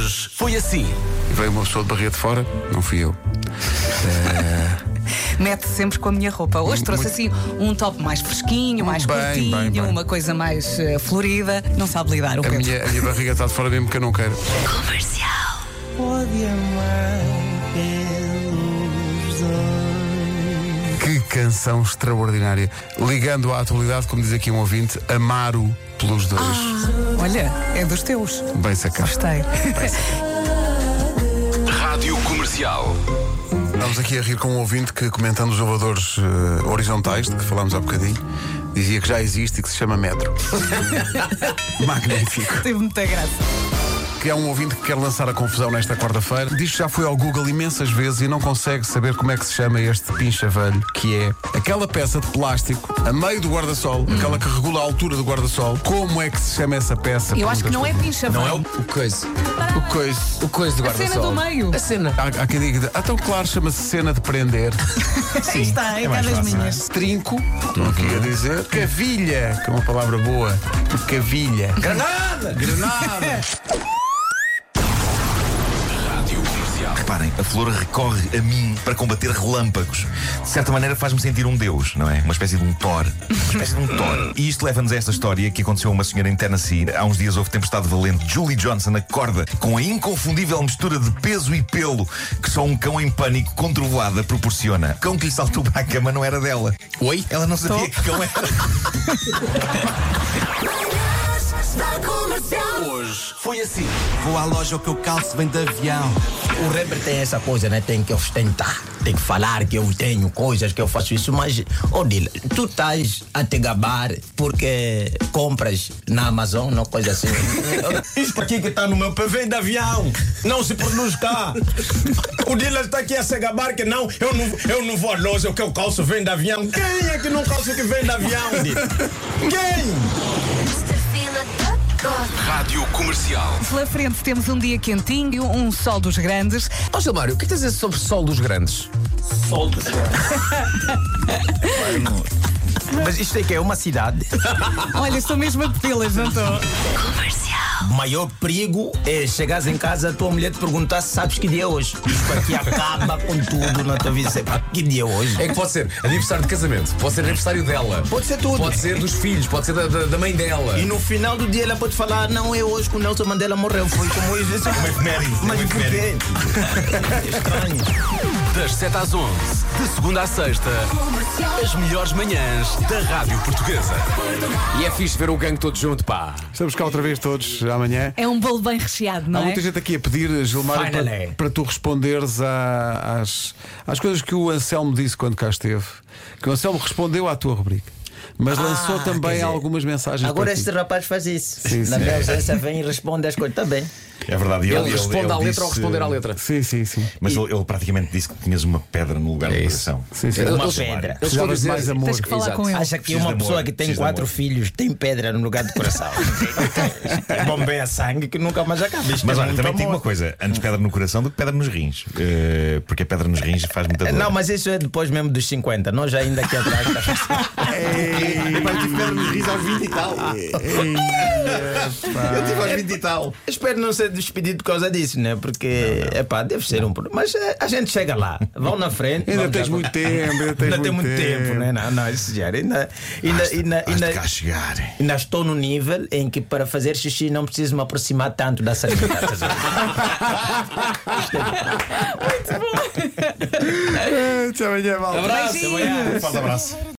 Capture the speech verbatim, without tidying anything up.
Hoje foi assim. Veio uma pessoa de barriga de fora, não fui eu. É... Mete sempre com a minha roupa. Hoje trouxe Muito... assim um top mais fresquinho, mais bem, curtinho, bem, bem. uma coisa mais uh, florida. Não sabe lidar o a, Pedro. minha, a minha barriga está de fora mesmo que eu não quero. Comercial. Que canção extraordinária. Ligando à atualidade, como diz aqui um ouvinte, Amaro pelos dois. Ah, olha, é dos teus. Bem sacado. Gostei. Rádio Comercial. Estamos aqui a rir com um ouvinte que, comentando os elevadores uh, horizontais, de que falámos há bocadinho, dizia que já existe e que se chama metro. Magnífico. Teve muita graça. Que é um ouvinte que quer lançar a confusão nesta quarta-feira. Diz que já foi ao Google imensas vezes e não consegue saber como é que se chama este pincha velho, que é aquela peça de plástico a meio do guarda-sol, hum. aquela que regula a altura do guarda-sol. Como é que se chama essa peça? Eu acho que não é pincha velho. Não é o, o coisa. O coisa. O coisa do A cena guarda-sol. do meio. A cena. Há, há quem diga, ah, tão claro, chama-se cena de prender. Aí está, é cada das minhas. Trinco, estou aqui a dizer. Cavilha, que é uma palavra boa. Cavilha. Granada! Granada! Reparem, a flor recorre a mim para combater relâmpagos. De certa maneira faz-me sentir um deus, não é? Uma espécie de um Thor. Uma espécie de um Thor. E isto leva-nos a esta história que aconteceu a uma senhora em Tennessee. Há uns dias houve tempestade valente. Julie Johnson acorda com a inconfundível mistura de peso e pelo que só um cão em pânico com trovoada proporciona. O cão que lhe saltou para a cama não era dela. Oi? Ela não sabia que cão era. Hoje foi assim. Vou à loja, o que eu calço vem de avião. O rapper tem essa coisa, né? Tem que ostentar, tem que falar que eu tenho coisas, que eu faço isso, mas, ô Dila, tu estás a te gabar porque compras na Amazon, não coisa assim. Isto aqui que está no meu pé vem de avião, não se produz cá. O Dila está aqui a se gabar que não, eu não, eu não vou à loja, o que eu calço vem de avião. Quem é que não calça o que vem de avião, Dila? Quem? Rádio Comercial. Pela frente temos um dia quentinho, um sol dos grandes. Ó, Gilmário, o que é que tens a dizer sobre Sol dos Grandes? Sol dos grandes. Mas isto é que é uma cidade. Olha, estou mesmo a pedi-las, não estou? O maior perigo é chegares em casa, a tua mulher te perguntar se sabes que dia é hoje. Isto aqui acaba com tudo na tua vida. Que dia é hoje? É que pode ser aniversário de casamento, pode ser aniversário dela, Pode ser tudo. pode ser dos filhos, pode ser da, da, da mãe dela. E no final do dia ela pode falar: não é hoje que o Nelson Mandela morreu. Foi como isso. Uma efeméride. Mas Uma por quê? efeméride. É estranho. Das sete às onze, de segunda à sexta, as melhores manhãs da Rádio Portuguesa. E é fixe ver o gangue todo junto, pá. Estamos cá outra vez todos amanhã. É um bolo bem recheado, não Há é? muita gente aqui a pedir, Gilmar, para, Finally. para tu responderes à- às, às coisas que o Anselmo disse quando cá esteve. Que o Anselmo respondeu à tua rubrica, mas lançou Ah, também quer dizer, algumas mensagens. Agora para ti. este rapaz faz isso. Sim, Na sim. minha ausência vem e responde as coisas. Está bem. É verdade. e Ele, responde à letra disse- ou responder à letra? Sim, sim, sim. Mas ele, ele praticamente disse que tinhas uma pedra no lugar do coração. sim, sim. Ele- Uma ele- pedra. ele Precisavas escolhe de mais dizer- amor. Tens que falar Exato. com ele. Acha que Preciso uma de amor, pessoa que tem preciso de quatro amor. filhos tem pedra no lugar do coração? Bombeia sangue que nunca mais acaba. Isto Mas é olha, muito também digo amor. uma coisa: antes pedra no coração do que pedra nos rins. Eh, porque a pedra nos rins faz muita dor. Não, mas isso é depois mesmo dos cinquenta. Nós ainda aqui atrás. Eu tive pedra nos rins aos vinte e tal. Eu tive aos vinte e tal. Espero não ser despedido por causa disso, né? Porque, é pá, deve ser um problema. Mas eh, a gente chega lá, vão na frente. Ainda vamos tens já- muito tempo, ainda tens Ainda tem muito muito tempo, tempo. né? Não, não, isso já. Ainda, ainda, ainda, Has de ainda, cá chegar. ainda estou no nível em que para fazer xixi não preciso me aproximar tanto da sanidade. Até amanhã, malta. Abraço. Amanhã. Forte abraço.